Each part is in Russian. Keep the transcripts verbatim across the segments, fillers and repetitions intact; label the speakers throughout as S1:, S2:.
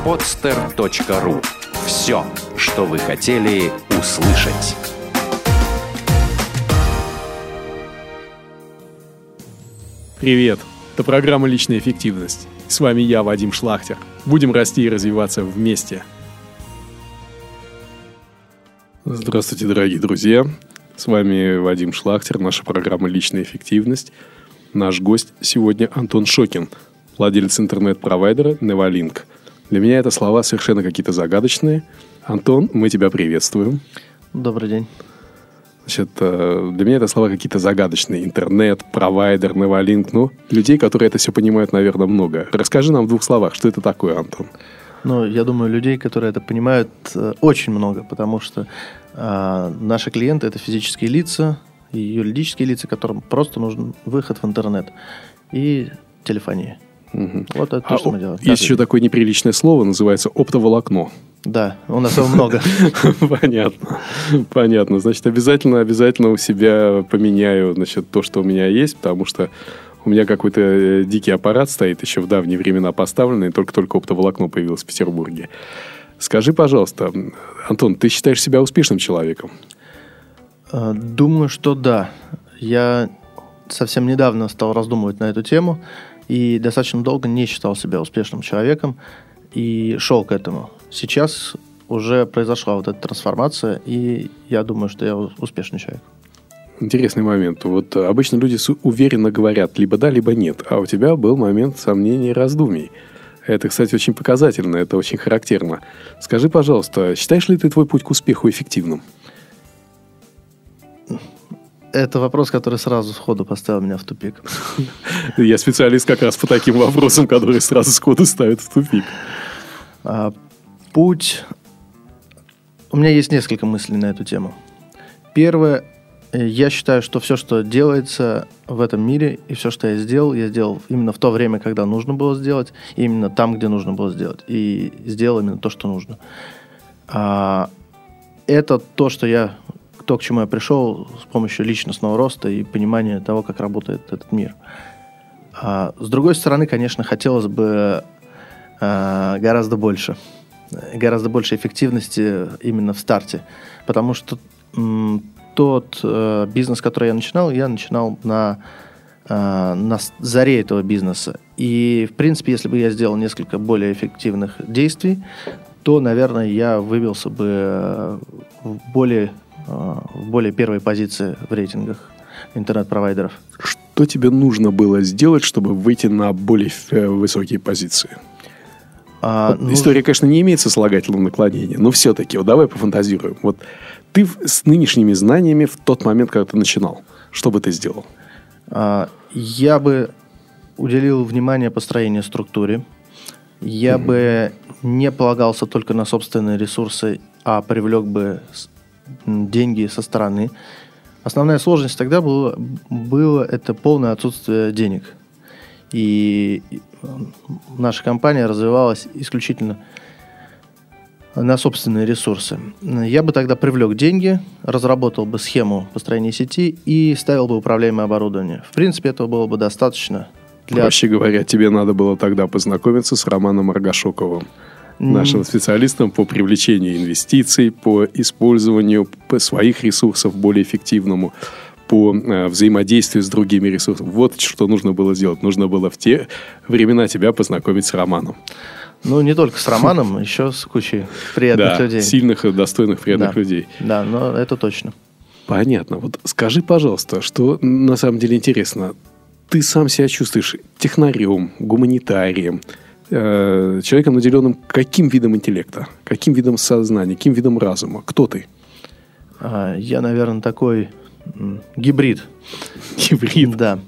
S1: подстер точка ру. Все, что вы хотели услышать.
S2: Привет! Это программа «Личная эффективность». С вами я, Вадим Шлахтер. Будем расти и развиваться вместе. Здравствуйте, дорогие друзья. С вами Вадим Шлахтер, наша программа «Личная эффективность». Наш гость сегодня Антон Шокин, владелец интернет-провайдера Nevalink. Для меня это слова совершенно какие-то загадочные. Антон, мы тебя приветствуем.
S3: Добрый день.
S2: Значит, для меня это слова какие-то загадочные. Интернет, провайдер, Nevalink. Ну, людей, которые это все понимают, наверное, много. Расскажи нам в двух словах, что это такое, Антон.
S3: Ну, я думаю, людей, которые это понимают, очень много, потому что э, наши клиенты – это физические лица и юридические лица, которым просто нужен выход в интернет и телефония. Угу. Вот это то, а что мы делаем.
S2: Есть еще такое неприличное слово, называется оптоволокно.
S3: Да, у нас его много.
S2: Понятно. Понятно. Значит, обязательно, обязательно у себя поменяю, значит, то, что у меня есть, потому что у меня какой-то дикий аппарат стоит, еще в давние времена поставленный, только-только оптоволокно появилось в Петербурге. Скажи, пожалуйста, Антон, ты считаешь себя успешным человеком?
S3: Думаю, что да. Я совсем недавно стал раздумывать на эту тему и достаточно долго не считал себя успешным человеком и шел к этому. Сейчас уже произошла вот эта трансформация, и я думаю, что я успешный человек.
S2: Интересный момент. Вот обычно люди уверенно говорят либо да, либо нет, а у тебя был момент сомнений и раздумий. Это, кстати, очень показательно, это очень характерно. Скажи, пожалуйста, считаешь ли ты твой путь к успеху эффективным?
S3: Это вопрос, который сразу сходу поставил меня в тупик.
S2: Я специалист как раз по таким вопросам, которые сразу сходу ставят в тупик.
S3: А, путь... У меня есть несколько мыслей на эту тему. Первое. Я считаю, что все, что делается в этом мире, и все, что я сделал, я сделал именно в то время, когда нужно было сделать, и именно там, где нужно было сделать. И сделал именно то, что нужно. А, это то, что я... То, к чему я пришел с помощью личностного роста и понимания того, как работает этот мир. А, с другой стороны, конечно, хотелось бы а, гораздо больше. Гораздо больше эффективности именно в старте. Потому что м, тот э, бизнес, который я начинал, я начинал на, э, на заре этого бизнеса. И, в принципе, если бы я сделал несколько более эффективных действий, то, наверное, я выбился бы в более... в более первой позиции в рейтингах интернет-провайдеров.
S2: Что тебе нужно было сделать, чтобы выйти на более высокие позиции? А, вот ну... История, конечно, не имеет сослагательного наклонения, но все-таки, вот давай пофантазируем. Вот ты с нынешними знаниями в тот момент, когда ты начинал, что бы ты сделал? А,
S3: я бы уделил внимание построению структуре. Я mm-hmm. бы не полагался только на собственные ресурсы, а привлек бы деньги со стороны. Основная сложность тогда была, было это полное отсутствие денег. И наша компания развивалась исключительно на собственные ресурсы. Я бы тогда привлек деньги, разработал бы схему построения сети и ставил бы управляемое оборудование. В принципе, этого было бы достаточно. Для...
S2: Проще говоря, тебе надо было тогда познакомиться с Романом Аргашоковым, нашим специалистом по привлечению инвестиций, по использованию своих ресурсов более эффективному, по э, взаимодействию с другими ресурсами. Вот что нужно было сделать. Нужно было в те времена тебя познакомить с Романом.
S3: Ну, не только с Романом, еще с кучей приятных
S2: да,
S3: людей.
S2: Сильных, достойных, приятных
S3: да,
S2: людей.
S3: Да, но это точно.
S2: Понятно. Вот скажи, пожалуйста, что на самом деле интересно. Ты сам себя чувствуешь технарем, гуманитарием, человеком, наделенным каким видом интеллекта, каким видом сознания, каким видом разума? Кто ты?
S3: Я, наверное, такой гибрид.
S2: Гибрид?
S3: Да.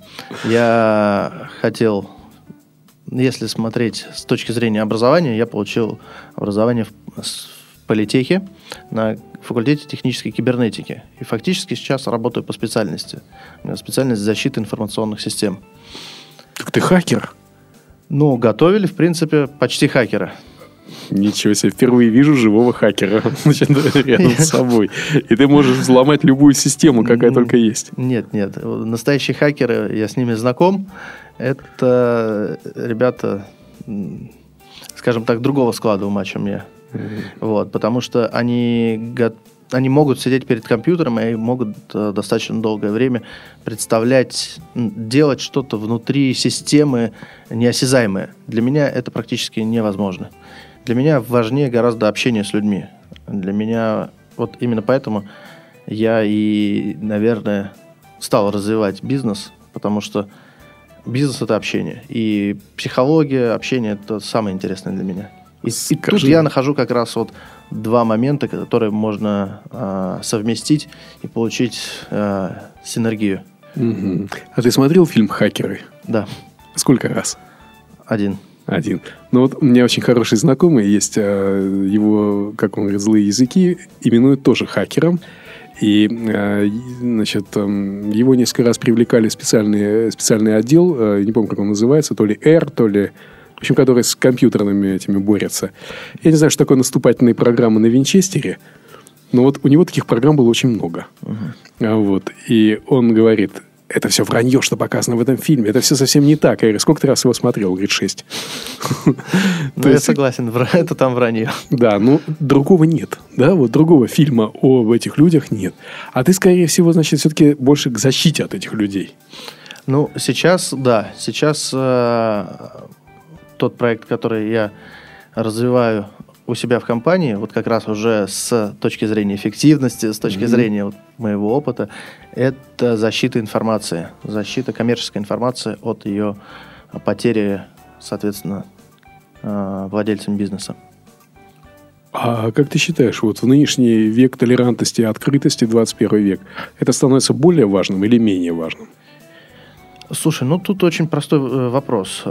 S3: Я хотел, если смотреть с точки зрения образования, я получил образование в, в политехе на факультете технической кибернетики. И фактически сейчас работаю по специальности. У меня специальность защиты информационных систем.
S2: Так ты хакер?
S3: Ну, готовили, в принципе, почти хакера.
S2: Ничего себе, впервые вижу живого хакера рядом с собой. И ты можешь взломать любую систему, какая только есть.
S3: Нет, нет. Настоящие хакеры, я с ними знаком. Это ребята скажем так, другого склада ума, чем я. Mm-hmm. Вот, потому что они, они могут сидеть перед компьютером и могут э, достаточно долгое время представлять, делать что-то внутри системы неосязаемое. Для меня это практически невозможно. Для меня важнее гораздо общение с людьми. Для меня, вот именно поэтому я и, наверное, стал развивать бизнес, потому что бизнес – это общение. И психология, общение – это самое интересное для меня. И, и тут я нахожу как раз вот два момента, которые можно э, совместить и получить э, синергию.
S2: Угу. А ты смотрел фильм «Хакеры»?
S3: Да.
S2: Сколько раз?
S3: Один.
S2: Один. Ну вот у меня очень хороший знакомый есть, э, его, как он говорит, злые языки именуют тоже хакером. И, э, значит, э, его несколько раз привлекали в специальный, специальный отдел, э, не помню, как он называется, то ли R, то ли... В общем, который с компьютерными этими борется. Я не знаю, что такое наступательные программы на Винчестере, но вот у него таких программ было очень много. Uh-huh. Вот. И он говорит, это все вранье, что показано в этом фильме. Это все совсем не так. Я говорю, сколько ты раз его смотрел? Он говорит, шесть.
S3: Ну, я согласен, это там вранье.
S2: Да, ну, другого нет. Да, вот другого фильма об этих людях нет. А ты, скорее всего, значит, все-таки больше к защите от этих людей.
S3: Ну, сейчас, да. Сейчас... Тот проект, который я развиваю у себя в компании, вот как раз уже с точки зрения эффективности, с точки mm-hmm. зрения вот моего опыта, это защита информации, защита коммерческой информации от ее потери, соответственно, владельцам бизнеса.
S2: А как ты считаешь, вот в нынешний век толерантности и открытости, двадцать первый век, это становится более важным или менее важным?
S3: Слушай, ну тут очень простой вопрос.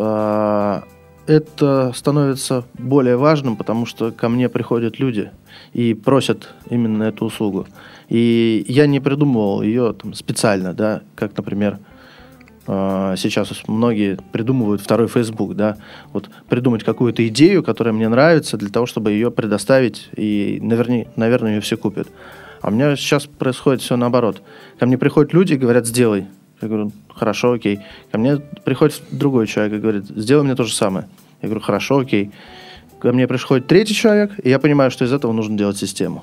S3: Это становится более важным, потому что ко мне приходят люди и просят именно эту услугу. И я не придумывал ее там специально, да, как, например, сейчас многие придумывают второй Facebook, да, вот придумать какую-то идею, которая мне нравится, для того, чтобы ее предоставить, и, наверное, наверное, ее все купят. А у меня сейчас происходит все наоборот. Ко мне приходят люди и говорят, сделай. Я говорю, хорошо, окей. Ко мне приходит другой человек и говорит, сделай мне то же самое. Я говорю, хорошо, окей. Ко мне приходит третий человек, и я понимаю, что из этого нужно делать систему.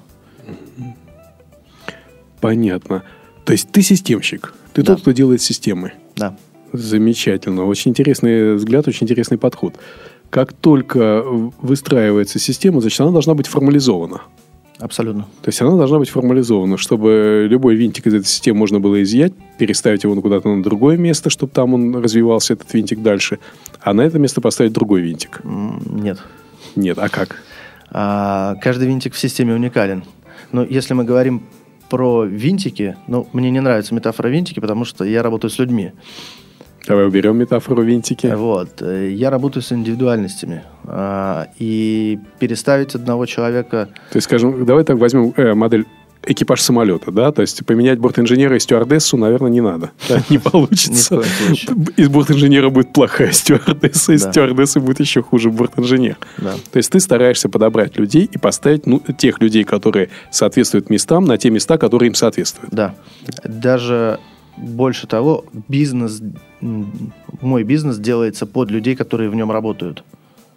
S2: Понятно. То есть ты системщик. Ты да. тот, кто делает системы.
S3: Да.
S2: Замечательно. Очень интересный взгляд, очень интересный подход. Как только выстраивается система, значит, она должна быть формализована.
S3: Абсолютно.
S2: То есть она должна быть формализована, чтобы любой винтик из этой системы можно было изъять, переставить его куда-то на другое место, чтобы там он развивался, этот винтик, дальше. А на это место поставить другой винтик.
S3: Нет.
S2: Нет, а как?
S3: А, каждый винтик в системе уникален. Но если мы говорим про винтики, ну, мне не нравится метафора винтики, потому что я работаю с людьми.
S2: Давай уберем метафору винтики.
S3: Вот. Я работаю с индивидуальностями. И переставить одного человека...
S2: То есть, скажем, давай так возьмем э, модель экипаж самолета, да? То есть, поменять бортинженера и стюардессу, наверное, не надо. Не получится. Из бортинженера будет плохая стюардесса, из стюардессы будет еще хуже бортинженер. То есть, ты стараешься подобрать людей и поставить тех людей, которые соответствуют местам, на те места, которые им соответствуют.
S3: Да. Даже... Больше того, бизнес, мой бизнес делается под людей, которые в нем работают.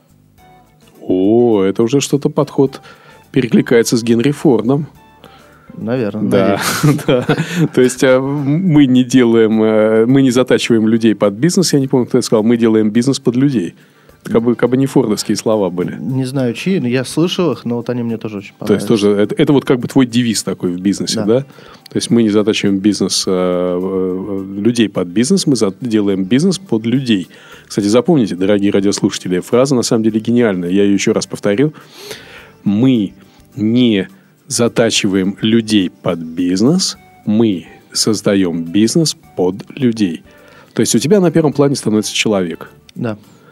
S2: О, это уже что-то подход перекликается с Генри Фордом.
S3: Наверное.
S2: Да, да. То есть мы не делаем, мы не затачиваем людей под бизнес, я не помню, кто это сказал, мы делаем бизнес под людей. Как бы, как бы не фордовские слова были.
S3: Не знаю, чьи, но я слышал их, но вот они мне тоже очень понравились.
S2: То есть, тоже, это, это вот как бы твой девиз такой в бизнесе, да? да? То есть, мы не затачиваем бизнес, э, людей под бизнес, мы за, делаем бизнес под людей. Кстати, запомните, дорогие радиослушатели, фраза на самом деле гениальная. Я ее еще раз повторю. Мы не затачиваем людей под бизнес, мы создаем бизнес под людей. То есть, у тебя на первом плане становится человек.
S3: Да.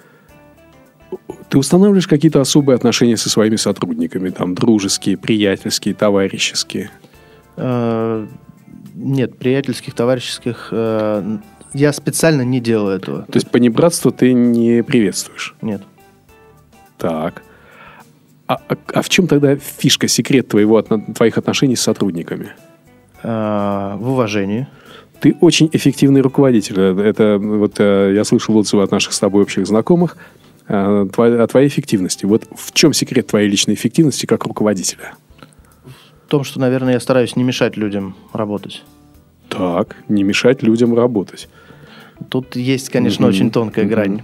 S2: Ты устанавливаешь какие-то особые отношения со своими сотрудниками, там, дружеские, приятельские, товарищеские?
S3: Э, нет, приятельских, товарищеских... Э, я специально не делаю этого.
S2: То есть, понебратство ты не приветствуешь?
S3: Нет.
S2: Так. А, а, а в чем тогда фишка, секрет твоего, твоих отношений с сотрудниками?
S3: Э, в уважении.
S2: Ты очень эффективный руководитель. Это вот я слышал отзывы от наших с тобой общих знакомых. о твоей эффективности. Вот в чем секрет твоей личной эффективности как руководителя?
S3: В том, что, наверное, я стараюсь не мешать людям работать.
S2: Так, не мешать людям работать.
S3: Тут есть, конечно, mm-hmm. очень тонкая mm-hmm. грань.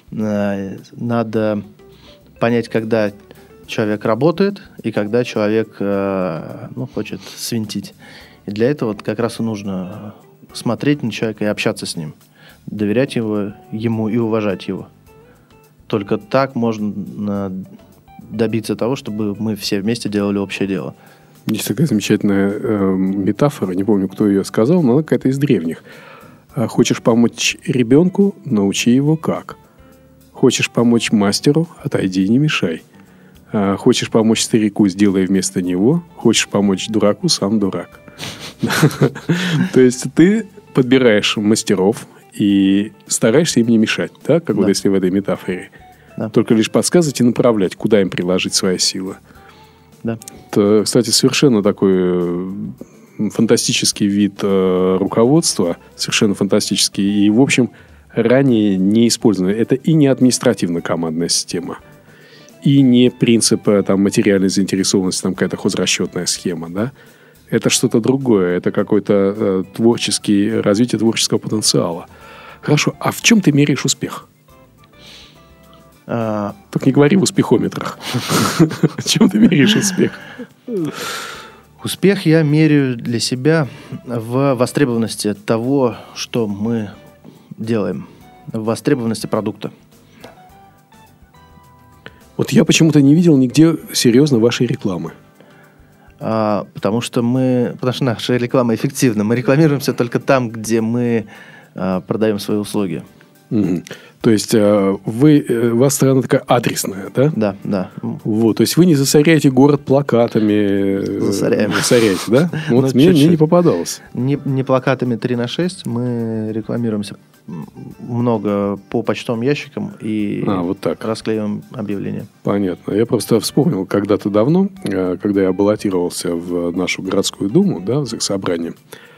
S3: Надо понять, когда человек работает и когда человек ну, хочет свинтить. И для этого вот как раз и нужно смотреть на человека и общаться с ним. Доверять его, ему и уважать его. Только так можно добиться того, чтобы мы все вместе делали общее дело.
S2: Есть такая замечательная э, метафора, не помню, кто ее сказал, но она какая-то из древних. Хочешь помочь ребенку, научи его как. Хочешь помочь мастеру, отойди и не мешай. Хочешь помочь старику, сделай вместо него. Хочешь помочь дураку, сам дурак. То есть ты подбираешь мастеров и стараешься им не мешать, да, как вот если в этой метафоре. Только лишь подсказывать и направлять, куда им приложить свои силы.
S3: Да.
S2: Это, кстати, совершенно такой фантастический вид э, руководства, совершенно фантастический, и, в общем, ранее не использованный. Это и не административно-командная система, и не принцип там, материальной заинтересованности, там какая-то хозрасчетная схема, да? Это что-то другое, это какой-то э, творческий, развитие творческого потенциала. Хорошо, а в чем ты меряешь успех? А... Только не говори в успехометрах. В чем ты меряешь успех?
S3: Успех я меряю для себя в востребованности того, что мы делаем, в востребованности продукта.
S2: Вот я почему-то не видел нигде серьезно вашей рекламы.
S3: А, потому что мы, потому что наша реклама эффективна. Мы рекламируемся только там, где мы а, продаем свои услуги.
S2: Угу. То есть вы, у вас страна такая адресная, да?
S3: Да, да.
S2: Вот, то есть вы не засоряете город плакатами.
S3: Засоряем.
S2: Засоряете, да? Вот мне, мне не попадалось.
S3: Не, не плакатами три на шесть, мы рекламируемся много по почтовым ящикам и
S2: а, вот так.
S3: расклеиваем объявления.
S2: Понятно. Я просто вспомнил когда-то давно, когда я баллотировался в нашу городскую думу, да, в заксобрание,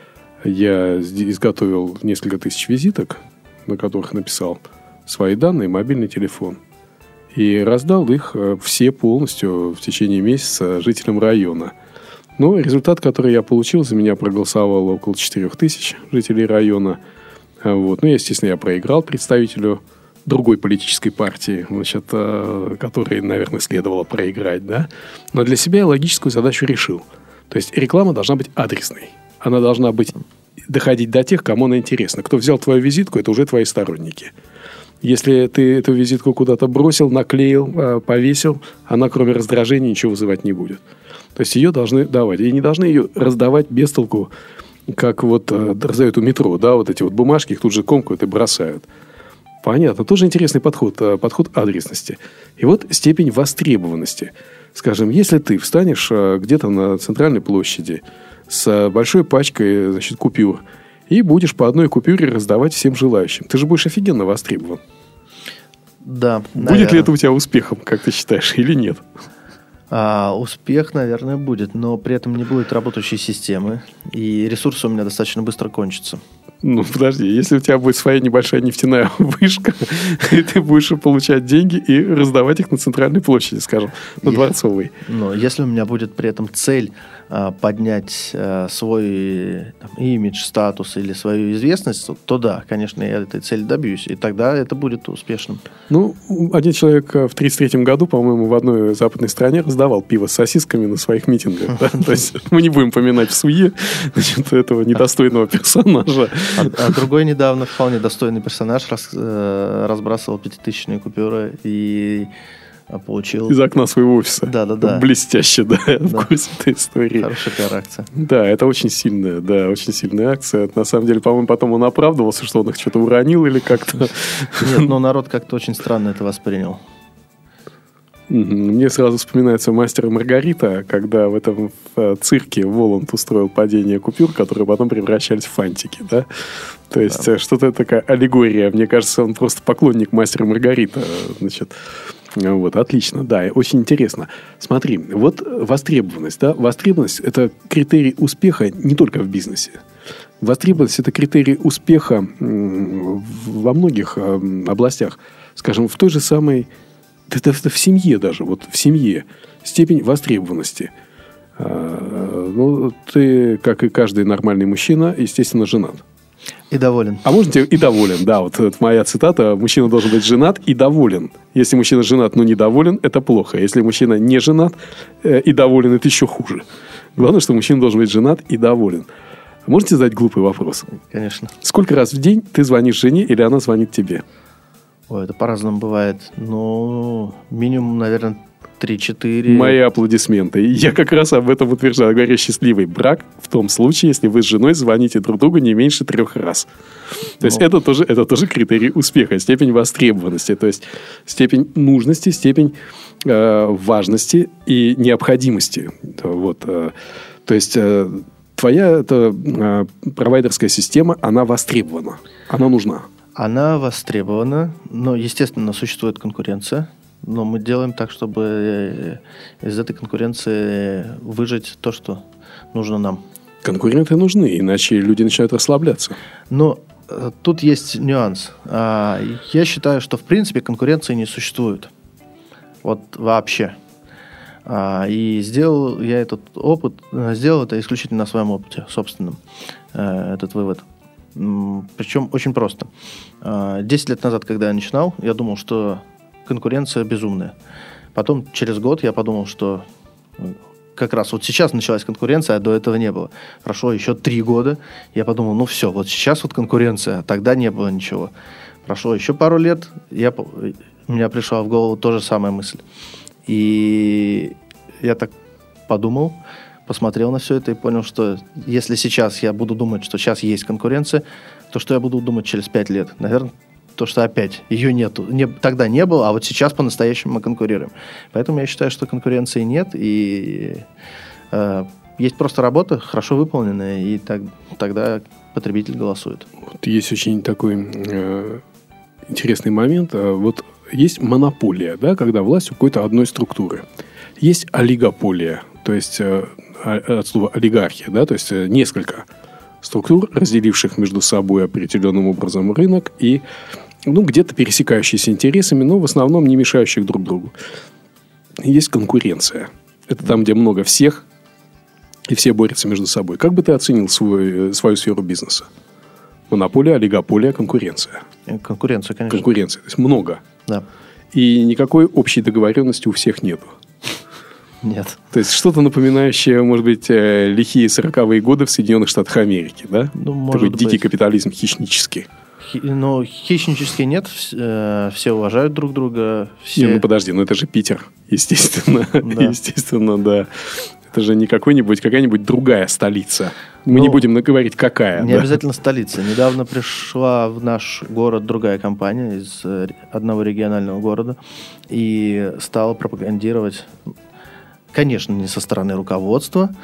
S2: я изготовил несколько тысяч визиток, на которых написал свои данные, мобильный телефон. И раздал их все полностью в течение месяца жителям района. Но результат, который я получил, за меня проголосовало около четырех тысяч жителей района. Вот. Ну, естественно, я проиграл представителю другой политической партии, значит, которой, наверное, следовало проиграть, да. Но для себя я логическую задачу решил. То есть реклама должна быть адресной. Она должна быть доходить до тех, кому она интересна. Кто взял твою визитку, это уже твои сторонники. Если ты эту визитку куда-то бросил, наклеил, повесил, она, кроме раздражения, ничего вызывать не будет. То есть ее должны давать. И не должны ее раздавать без толку, как вот раздают у метро, да, вот эти вот бумажки, их тут же комкают и бросают. Понятно. Тоже интересный подход, подход адресности. И вот степень востребованности. Скажем, если ты встанешь где-то на центральной площади с большой пачкой, значит, купюр, и будешь по одной купюре раздавать всем желающим. Ты же будешь офигенно востребован.
S3: Да,
S2: Будет наверное. ли это у тебя успехом, как ты считаешь, или нет?
S3: А, успех, наверное, будет, но при этом не будет работающей системы, и ресурсы у меня достаточно быстро кончатся.
S2: Ну, подожди, если у тебя будет своя небольшая нефтяная вышка, ты будешь получать деньги и раздавать их на центральной площади, скажем, на Дворцовой.
S3: Но если у меня будет при этом цель а, поднять а, свой там, имидж, статус или свою известность, то, то да, конечно, я этой цели добьюсь, и тогда это будет успешным.
S2: Ну, один человек в тридцать третьем году, по-моему, в одной западной стране раздавал пиво с сосисками на своих митингах. То есть мы не будем поминать в суе этого недостойного персонажа.
S3: А, а другой недавно вполне достойный персонаж рас, э, разбрасывал пятитысячные купюры и получил...
S2: Из окна своего офиса.
S3: Да-да-да.
S2: Блестяще, да, да. В курсе этой истории.
S3: Хорошая пиар-акция.
S2: Да, это очень сильная, да, очень сильная акция. На самом деле, по-моему, потом он оправдывался, что он их что-то уронил или как-то...
S3: Нет, но народ как-то очень странно это воспринял.
S2: Мне сразу вспоминается «Мастер и Маргарита», когда в этом в цирке Воланд устроил падение купюр, которые потом превращались в фантики, да? То есть да. Что-то такая аллегория. Мне кажется, он просто поклонник «Мастера и Маргарита». Значит, вот, отлично, да, очень интересно. Смотри, вот востребованность, да? Востребованность – это критерий успеха не только в бизнесе. Востребованность – это критерий успеха во многих областях. скажем, в той же самой, это, это в семье даже, вот в семье, степень востребованности. А, ну, ты, как и каждый нормальный мужчина, естественно, женат.
S3: И доволен.
S2: А можно тебе и доволен, да, вот это моя цитата, мужчина должен быть женат и доволен. Если мужчина женат, но недоволен, это плохо. Если мужчина не женат э, и доволен, это еще хуже. Главное, что мужчина должен быть женат и доволен. Можете задать глупый вопрос?
S3: Конечно.
S2: Сколько раз в день ты звонишь жене или она звонит тебе?
S3: Ой, это по-разному бывает. Ну, минимум, наверное, три-четыре.
S2: Мои аплодисменты. Я как раз об этом утверждаю. Говорю, счастливый брак в том случае, если вы с женой звоните друг другу не меньше трех раз. То есть, ну, это тоже, это тоже критерий успеха, степень востребованности, то есть степень нужности, степень э, важности и необходимости. Вот, э, то есть, э, твоя это, э, провайдерская система, она востребована, она нужна.
S3: Она востребована, но, естественно, существует конкуренция. Но мы делаем так, чтобы из этой конкуренции выжать то, что нужно нам.
S2: Конкуренты нужны, иначе люди начинают расслабляться.
S3: Но э, тут есть нюанс. А, я считаю, что в принципе конкуренции не существует. Вот вообще. А, и сделал я этот опыт, сделал это исключительно на своем опыте, собственном, э, этот вывод. Причем очень просто. Десять лет назад, когда я начинал, я думал, что конкуренция безумная. Потом, через год, я подумал, что как раз вот сейчас началась конкуренция, а до этого не было. Прошло еще три года, я подумал, ну все, вот сейчас вот конкуренция, а тогда не было ничего. Прошло еще пару лет, я, у меня пришла в голову та же самая мысль. И я так подумал, посмотрел на все это и понял, что если сейчас я буду думать, что сейчас есть конкуренция, то что я буду думать через пять лет? Наверное, то, что опять ее нету. Не, тогда не было, а вот сейчас по-настоящему мы конкурируем. Поэтому я считаю, что конкуренции нет, и э, есть просто работа, хорошо выполненная, и так, тогда потребитель голосует.
S2: Вот есть очень такой э, интересный момент. Вот есть монополия, да, когда власть у какой-то одной структуры. Есть олигополия, то есть э, от слова олигархия, да, то есть э, несколько структур, разделивших между собой определенным образом рынок и, ну, где-то пересекающиеся интересами, но в основном не мешающих друг другу. Есть конкуренция. Это там, где много всех, и все борются между собой. Как бы ты оценил свой, свою сферу бизнеса? Монополия, олигополия, конкуренция.
S3: Конкуренция, конечно.
S2: Конкуренция. То есть много.
S3: Да.
S2: И никакой общей договоренности у всех нету.
S3: Нет.
S2: То есть что-то напоминающее, может быть, лихие сороковые годы в Соединенных Штатах Америки, да?
S3: Ну, может
S2: Такой
S3: быть.
S2: дикий капитализм, хищнический.
S3: Хи- ну, хищнический нет. Все, все уважают друг друга. Все...
S2: Не, ну подожди, ну это же Питер, естественно.
S3: Да.
S2: Естественно, да. Это же не какой-нибудь, какая-нибудь другая столица. Мы
S3: Ну,
S2: не будем говорить, какая.
S3: Не
S2: да?
S3: обязательно столица. Недавно пришла в наш город другая компания из э, одного регионального города и стала пропагандировать, конечно, не со стороны руководства,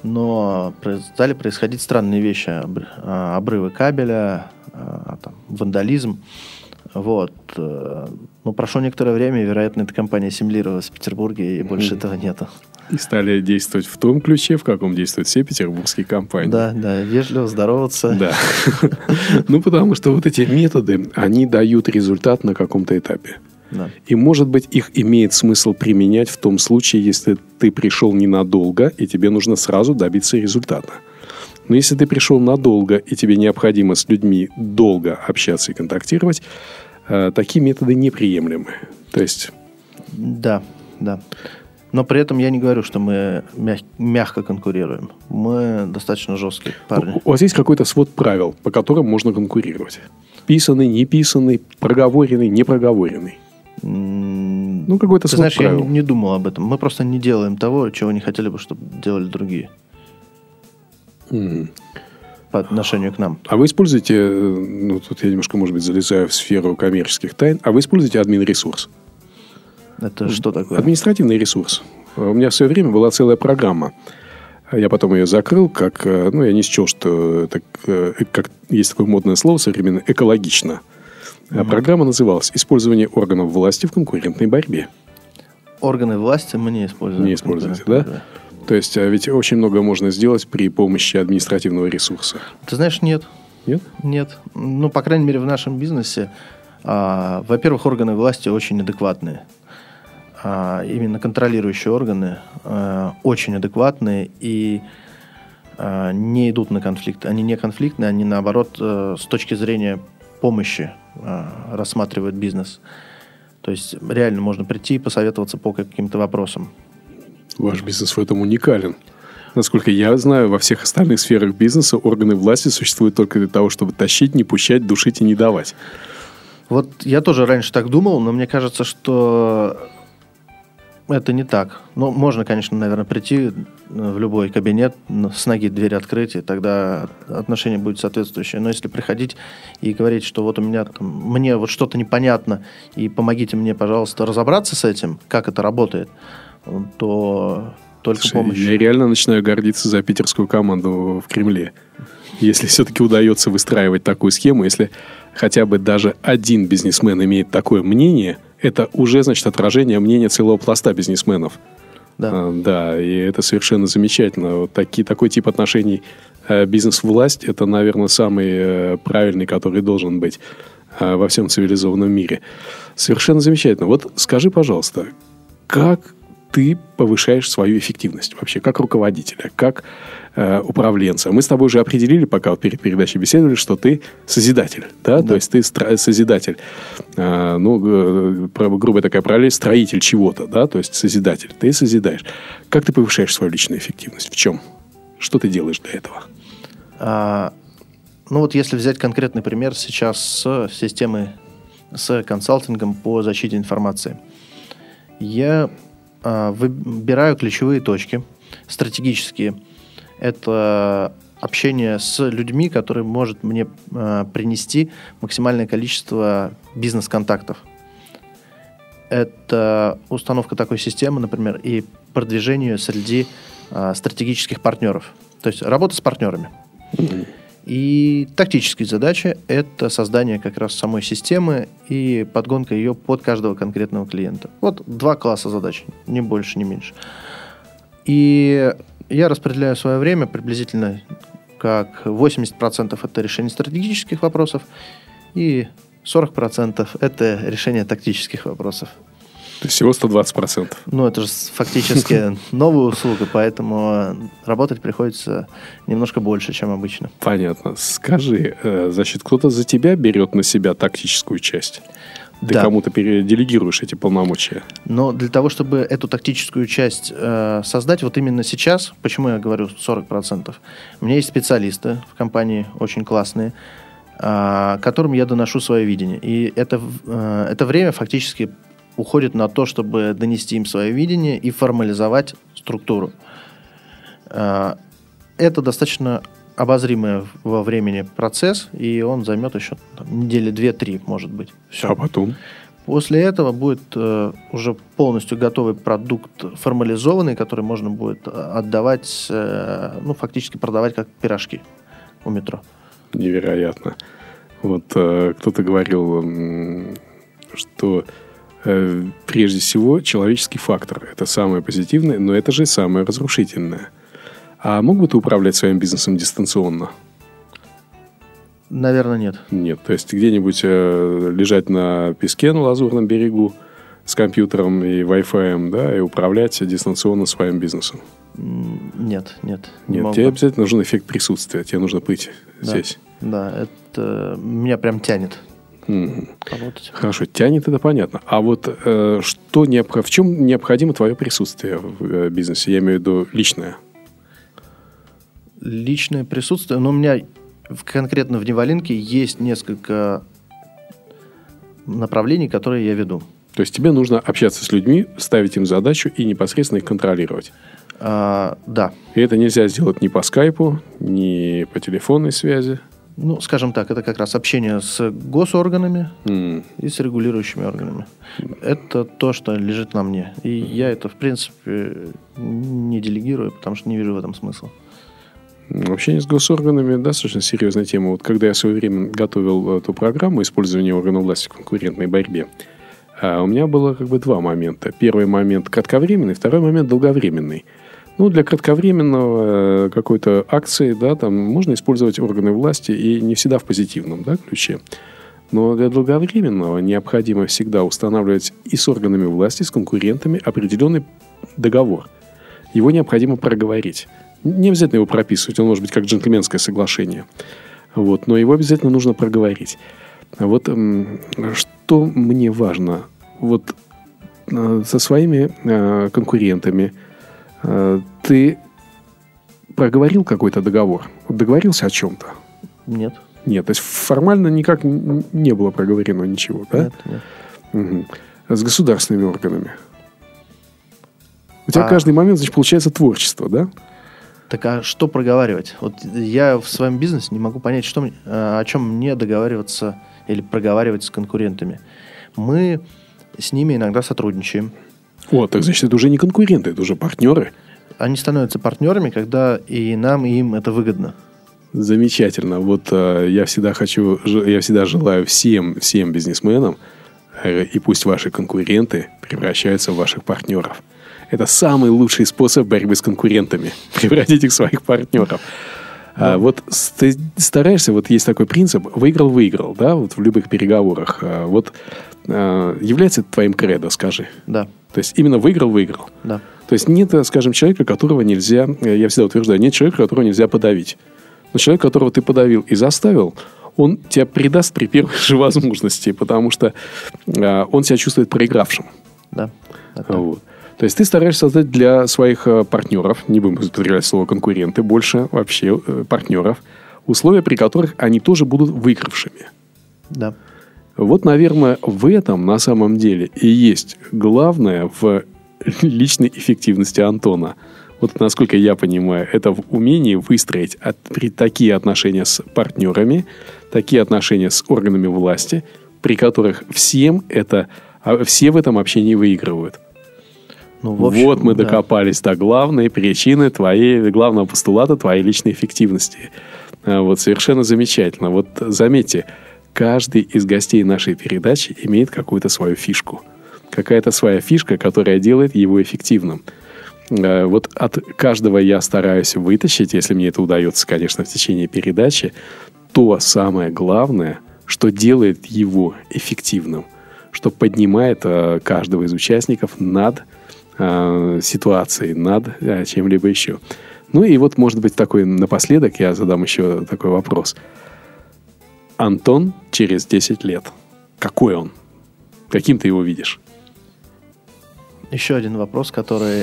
S3: но стали происходить странные вещи. Обрывы кабеля, там, вандализм. Вот. Ну, прошло некоторое время, и, вероятно, эта компания ассимилировалась в Петербурге, и больше mm. этого нету.
S2: И стали действовать в том ключе, в каком действуют все петербургские компании.
S3: Да, да, вежливо здороваться.
S2: Да. Ну, потому что вот эти методы, они дают результат на каком-то этапе.
S3: Да.
S2: И, может быть, их имеет смысл применять в том случае, если ты пришел ненадолго, и тебе нужно сразу добиться результата. Но если ты пришел надолго, и тебе необходимо с людьми долго общаться и контактировать, э, такие методы неприемлемы. То есть...
S3: Да, да. Но при этом я не говорю, что мы мяг- мягко конкурируем. Мы достаточно жесткие парни.
S2: У, у вас есть какой-то свод правил, по которым можно конкурировать? Писанный, неписанный, проговоренный, непроговоренный? Ну, какой-то
S3: Ты
S2: свод
S3: знаешь,
S2: правил.
S3: я не, не думал об этом. Мы просто не делаем того, чего не хотели бы, чтобы делали другие.
S2: Mm.
S3: По отношению к нам.
S2: А вы используете, ну, тут я немножко, может быть, залезаю в сферу коммерческих тайн, а вы используете админ-ресурс?
S3: Это что такое?
S2: Административный ресурс. У меня в свое время была целая программа. Я потом ее закрыл, как, ну, я не счел, что это, как есть такое модное слово современно, экологично. А угу. Программа называлась «Использование органов власти в конкурентной борьбе».
S3: Органы власти мы не используем.
S2: Не используете, да? да? То есть, ведь очень много можно сделать при помощи административного ресурса.
S3: Ты знаешь, нет.
S2: Нет?
S3: Нет. Ну, по крайней мере, в нашем бизнесе А, во-первых, органы власти очень адекватные. А, именно контролирующие органы а, очень адекватные и а, не идут на конфликт. Они не конфликтные, они, наоборот, а, с точки зрения помощи а, рассматривают бизнес. То есть реально можно прийти и посоветоваться по каким-то вопросам.
S2: Ваш бизнес в этом уникален. Насколько я знаю, во всех остальных сферах бизнеса органы власти существуют только для того, чтобы тащить, не пущать, душить и не давать.
S3: Вот я тоже раньше так думал, но мне кажется, что это не так. Ну, можно, конечно, наверное, прийти в любой кабинет, с ноги дверь открыть, и тогда отношение будет соответствующее. Но если приходить и говорить, что вот у меня там, мне вот что-то непонятно, и помогите мне, пожалуйста, разобраться с этим, как это работает, то только
S2: Слушай,
S3: помощь.
S2: Я реально начинаю гордиться за питерскую команду в Кремле. Если все-таки удается выстраивать такую схему, если хотя бы даже один бизнесмен имеет такое мнение, это уже, значит, отражение мнения целого пласта бизнесменов.
S3: Да,
S2: а, да, и это совершенно замечательно. Вот таки, такой тип отношений э, бизнес-власть, это, наверное, самый э, правильный, который должен быть э, во всем цивилизованном мире. Совершенно замечательно. Вот скажи, пожалуйста, как ты повышаешь свою эффективность вообще, как руководителя, как э, управленца? Мы с тобой уже определили, пока вот перед передачей беседовали, что ты созидатель, да?
S3: Да.
S2: То есть ты стро- созидатель, э, ну, э, грубая такая параллель, строитель чего-то, да? То есть созидатель, ты созидаешь. Как ты повышаешь свою личную эффективность? В чем? Что ты делаешь для этого?
S3: А, ну вот если взять конкретный пример сейчас с системой, с консалтингом по защите информации. Я выбираю ключевые точки, стратегические. Это общение с людьми, которые может мне э, принести максимальное количество бизнес-контактов. Это установка такой системы, например, и продвижение среди э, стратегических партнеров. То есть работа с партнерами. Mm-hmm. И тактические задачи – это создание как раз самой системы и подгонка ее под каждого конкретного клиента. Вот два класса задач, ни больше, ни меньше. И я распределяю свое время приблизительно как восемьдесят процентов это решение стратегических вопросов и сорок процентов это решение тактических вопросов.
S2: То есть всего сто двадцать процентов.
S3: Ну, это же фактически новая услуга, поэтому работать приходится немножко больше, чем обычно.
S2: Понятно. Скажи, значит, кто-то за тебя берет на себя тактическую часть? Ты
S3: да.
S2: кому-то делегируешь эти полномочия?
S3: Но для того, чтобы эту тактическую часть э, создать, вот именно сейчас, почему я говорю сорок процентов, у меня есть специалисты в компании, очень классные, э, которым я доношу свое видение. И это, э, это время фактически уходит на то, чтобы донести им свое видение и формализовать структуру. Это достаточно обозримый во времени процесс, и он займет еще там, недели две-три, может быть. Все.
S2: А потом?
S3: После этого будет э, уже полностью готовый продукт, формализованный, который можно будет отдавать, э, ну, фактически продавать как пирожки у метро.
S2: Невероятно. Вот э, кто-то говорил, э, что прежде всего, человеческий фактор. Это самое позитивное, но это же самое разрушительное. А мог бы ты управлять своим бизнесом дистанционно?
S3: Наверное, нет.
S2: Нет. То есть, где-нибудь э, лежать на песке на Лазурном берегу с компьютером и Wi-Fi, да, и управлять дистанционно своим бизнесом?
S3: Нет, нет.
S2: Не нет,
S3: не
S2: тебе обязательно нужен эффект присутствия. Тебе нужно быть
S3: да,
S2: здесь.
S3: Да, это меня прям тянет.
S2: Работать. Хорошо, тянет, это понятно. А вот э, что необх... в чем необходимо твое присутствие в э, бизнесе? Я имею в виду личное.
S3: Личное присутствие? Ну, у меня конкретно в Невалинке есть несколько направлений, которые я веду.
S2: То есть тебе нужно общаться с людьми, ставить им задачу и непосредственно их контролировать?
S3: А, да.
S2: И это нельзя сделать ни по скайпу, ни по телефонной связи?
S3: Ну, скажем так, это как раз общение с госорганами
S2: mm.
S3: и с регулирующими органами. Это то, что лежит на мне. И я это, в принципе, не делегирую, потому что не вижу в этом смысла.
S2: Общение с госорганами достаточно серьезная тема. Вот когда я в свое время готовил эту программу использования органов власти в конкурентной борьбе, у меня было как бы два момента. Первый момент кратковременный, второй момент долговременный. Ну, для кратковременного э, какой-то акции, да, там можно использовать органы власти и не всегда в позитивном, да, ключе. Но для долговременного необходимо всегда устанавливать и с органами власти, с конкурентами определенный договор. Его необходимо проговорить. Не обязательно его прописывать, он может быть как джентльменское соглашение. Вот, но его обязательно нужно проговорить. Вот что мне важно. Вот со своими э, конкурентами э, ты проговорил какой-то договор? Договорился о чем-то?
S3: Нет.
S2: Нет, то есть формально никак не было проговорено ничего, да?
S3: Нет, нет.
S2: Угу. С государственными органами? У тебя
S3: а...
S2: каждый момент, значит, получается творчество, да?
S3: Так а что проговаривать? Вот я в своем бизнесе не могу понять, что, о чем мне договариваться или проговаривать с конкурентами. Мы с ними иногда сотрудничаем.
S2: О, так значит, это уже не конкуренты, это уже партнеры.
S3: Они становятся партнерами, когда и нам, и им это выгодно.
S2: Замечательно. Вот э, я всегда хочу, я всегда желаю всем, всем бизнесменам, э, и пусть ваши конкуренты превращаются в ваших партнеров. Это самый лучший способ борьбы с конкурентами. Превратить их в своих партнеров. Да. А, вот ты стараешься, вот есть такой принцип, выиграл-выиграл, да, вот в любых переговорах. А, вот а, является это твоим кредо, скажи?
S3: Да.
S2: То есть именно выиграл-выиграл?
S3: Да.
S2: То есть нет, скажем, человека, которого нельзя, я всегда утверждаю, нет человека, которого нельзя подавить. Но человек, которого ты подавил и заставил, он тебя предаст при первой же возможности, потому что а, он себя чувствует проигравшим.
S3: Да.
S2: Вот. То есть ты стараешься создать для своих партнеров, не будем употреблять слово конкуренты, больше вообще партнеров, условия, при которых они тоже будут выигравшими.
S3: Да.
S2: Вот, наверное, в этом на самом деле и есть главное в личной эффективности Антона. Вот насколько я понимаю, это в умении выстроить от, при, такие отношения с партнерами, такие отношения с органами власти, при которых всем это, все в этом общении выигрывают. Ну, в общем, вот мы да. докопались до главной причины твоей, главного постулата твоей личной эффективности. Вот совершенно замечательно. Вот заметьте, каждый из гостей нашей передачи имеет какую-то свою фишку. Какая-то своя фишка, которая делает его эффективным. Вот от каждого я стараюсь вытащить, если мне это удается, конечно, в течение передачи, то самое главное, что делает его эффективным, что поднимает каждого из участников над ситуацией, над чем-либо еще. Ну и вот, может быть, такой напоследок я задам еще такой вопрос. Антон через десять лет. Какой он? Каким ты его видишь?
S3: Еще один вопрос, который,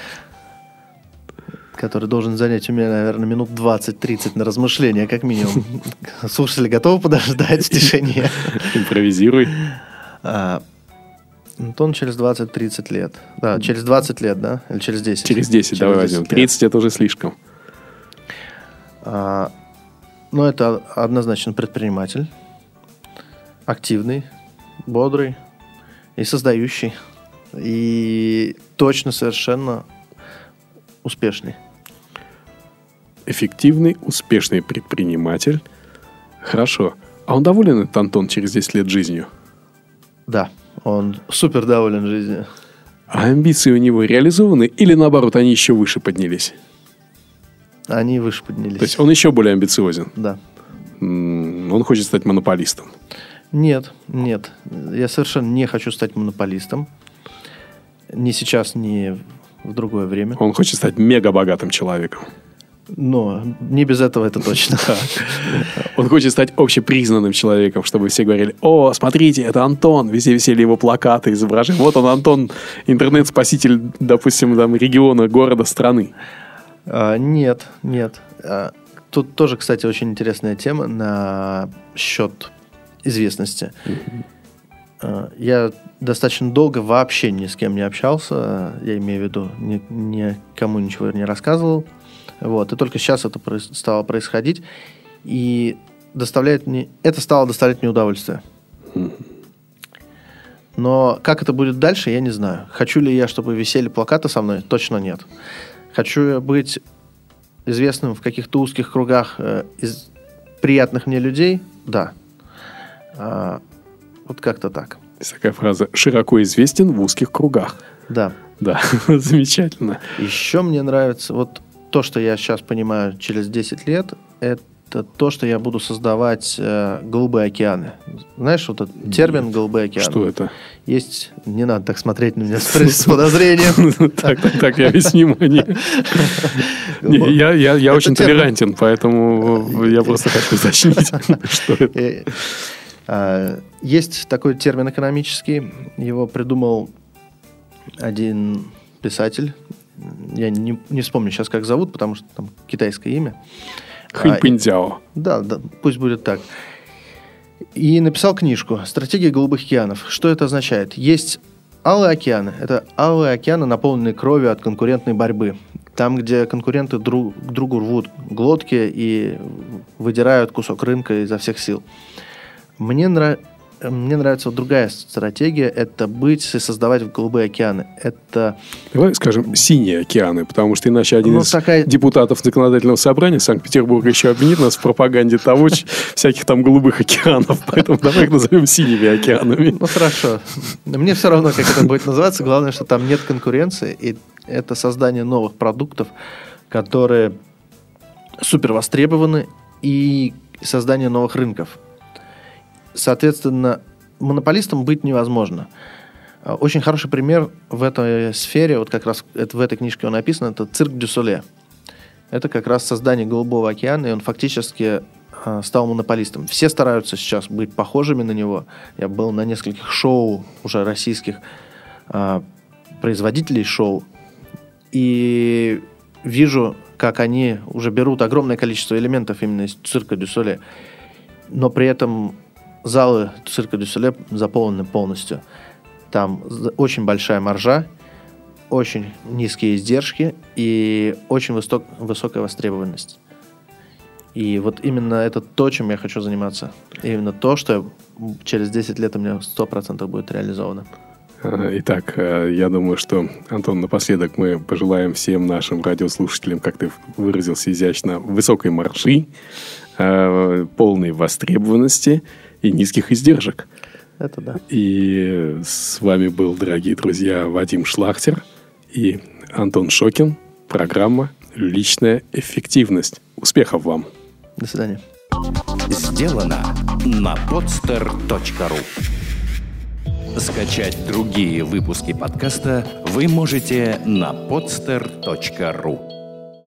S3: который должен занять у меня, наверное, минут двадцать-тридцать на размышления, как минимум. Слушатели готовы подождать в тишине?
S2: Импровизируй.
S3: Антон через двадцать-тридцать лет. Да, через двадцать лет, да? Или через десять?
S2: Через десять, через давай возьмем. Лет. тридцать это уже слишком.
S3: А, ну, это однозначно предприниматель. Активный, бодрый и создающий. И точно совершенно успешный.
S2: Эффективный, успешный предприниматель. Хорошо. А он доволен, этот Антон, через десять лет жизнью?
S3: Да. Он супер доволен жизнью.
S2: А амбиции у него реализованы или, наоборот, они еще выше поднялись?
S3: Они выше поднялись.
S2: То есть он еще более амбициозен?
S3: Да.
S2: Он хочет стать монополистом?
S3: Нет, нет. Я совершенно не хочу стать монополистом. Ни сейчас, ни в другое время.
S2: Он хочет стать мега-богатым человеком?
S3: Но не без этого это точно.
S2: Он хочет стать общепризнанным человеком, чтобы все говорили: о, смотрите, это Антон. Везде висели его плакаты, изображения. Вот он, Антон, интернет-спаситель, допустим, там, региона, города, страны.
S3: А, нет, нет. А, тут тоже, кстати, очень интересная тема на счет известности. Mm-hmm. А, я достаточно долго вообще ни с кем не общался. Я имею в виду, ни, никому ничего не рассказывал. Вот, и только сейчас это стало происходить, и доставляет мне, это стало доставлять мне удовольствие. Но как это будет дальше, я не знаю. Хочу ли я, чтобы висели плакаты со мной? Точно нет. Хочу я быть известным в каких-то узких кругах э, из приятных мне людей? Да. А, вот как-то так.
S2: Есть такая фраза: широко известен в узких кругах.
S3: Да.
S2: Да, замечательно.
S3: Еще мне нравится вот то, что я сейчас понимаю через десять лет, это это то, что я буду создавать э, голубые океаны. Знаешь, вот этот термин «голубые океаны»?
S2: Что это?
S3: Есть... Не надо так смотреть на меня с подозрением.
S2: Так, так, я весь внимание. Я очень толерантен, поэтому я просто хочу уточнить, что это.
S3: Есть такой термин экономический. Его придумал один писатель. Я не, не вспомню сейчас, как зовут, потому что там китайское имя.
S2: Хэнь Пэньцзяо.
S3: Да, да, пусть будет так. И написал книжку «Стратегия голубых океанов». Что это означает? Есть алые океаны. Это алые океаны, наполненные кровью от конкурентной борьбы. Там, где конкуренты друг к другу рвут глотки и выдирают кусок рынка изо всех сил. Мне нравится... Мне нравится вот другая стратегия. Это быть и создавать голубые океаны. Это...
S2: Давай скажем синие океаны, потому что иначе один
S3: ну,
S2: из
S3: такая...
S2: депутатов законодательного собрания Санкт-Петербурга еще обвинит нас в пропаганде того, всяких там голубых океанов. Поэтому давай их назовем синими океанами.
S3: Ну, хорошо. Мне все равно, как это будет называться. Главное, что там нет конкуренции. И это создание новых продуктов, которые супер востребованы, и создание новых рынков. Соответственно, монополистом быть невозможно. Очень хороший пример в этой сфере, вот как раз это, в этой книжке он написан, это «Цирк дю Соле». Это как раз создание Голубого океана, и он фактически э, стал монополистом. Все стараются сейчас быть похожими на него. Я был на нескольких шоу уже российских э, производителей шоу, и вижу, как они уже берут огромное количество элементов именно из «Цирка дю Соле», но при этом залы «Цирка дю Соле» заполнены полностью. Там очень большая маржа, очень низкие издержки и очень высок, высокая востребованность. И вот именно это то, чем я хочу заниматься. Именно то, что через десять лет у меня сто процентов будет реализовано.
S2: Итак, я думаю, что, Антон, напоследок мы пожелаем всем нашим радиослушателям, как ты выразился изящно, высокой маржи, полной востребованности и низких издержек.
S3: Это да.
S2: И с вами был, дорогие друзья, Вадим Шлахтер и Антон Шокин. Программа «Личная эффективность». Успехов вам!
S3: До свидания.
S1: Сделано на подстер точка ру. Скачать другие выпуски подкаста вы можете на подстер точка ру.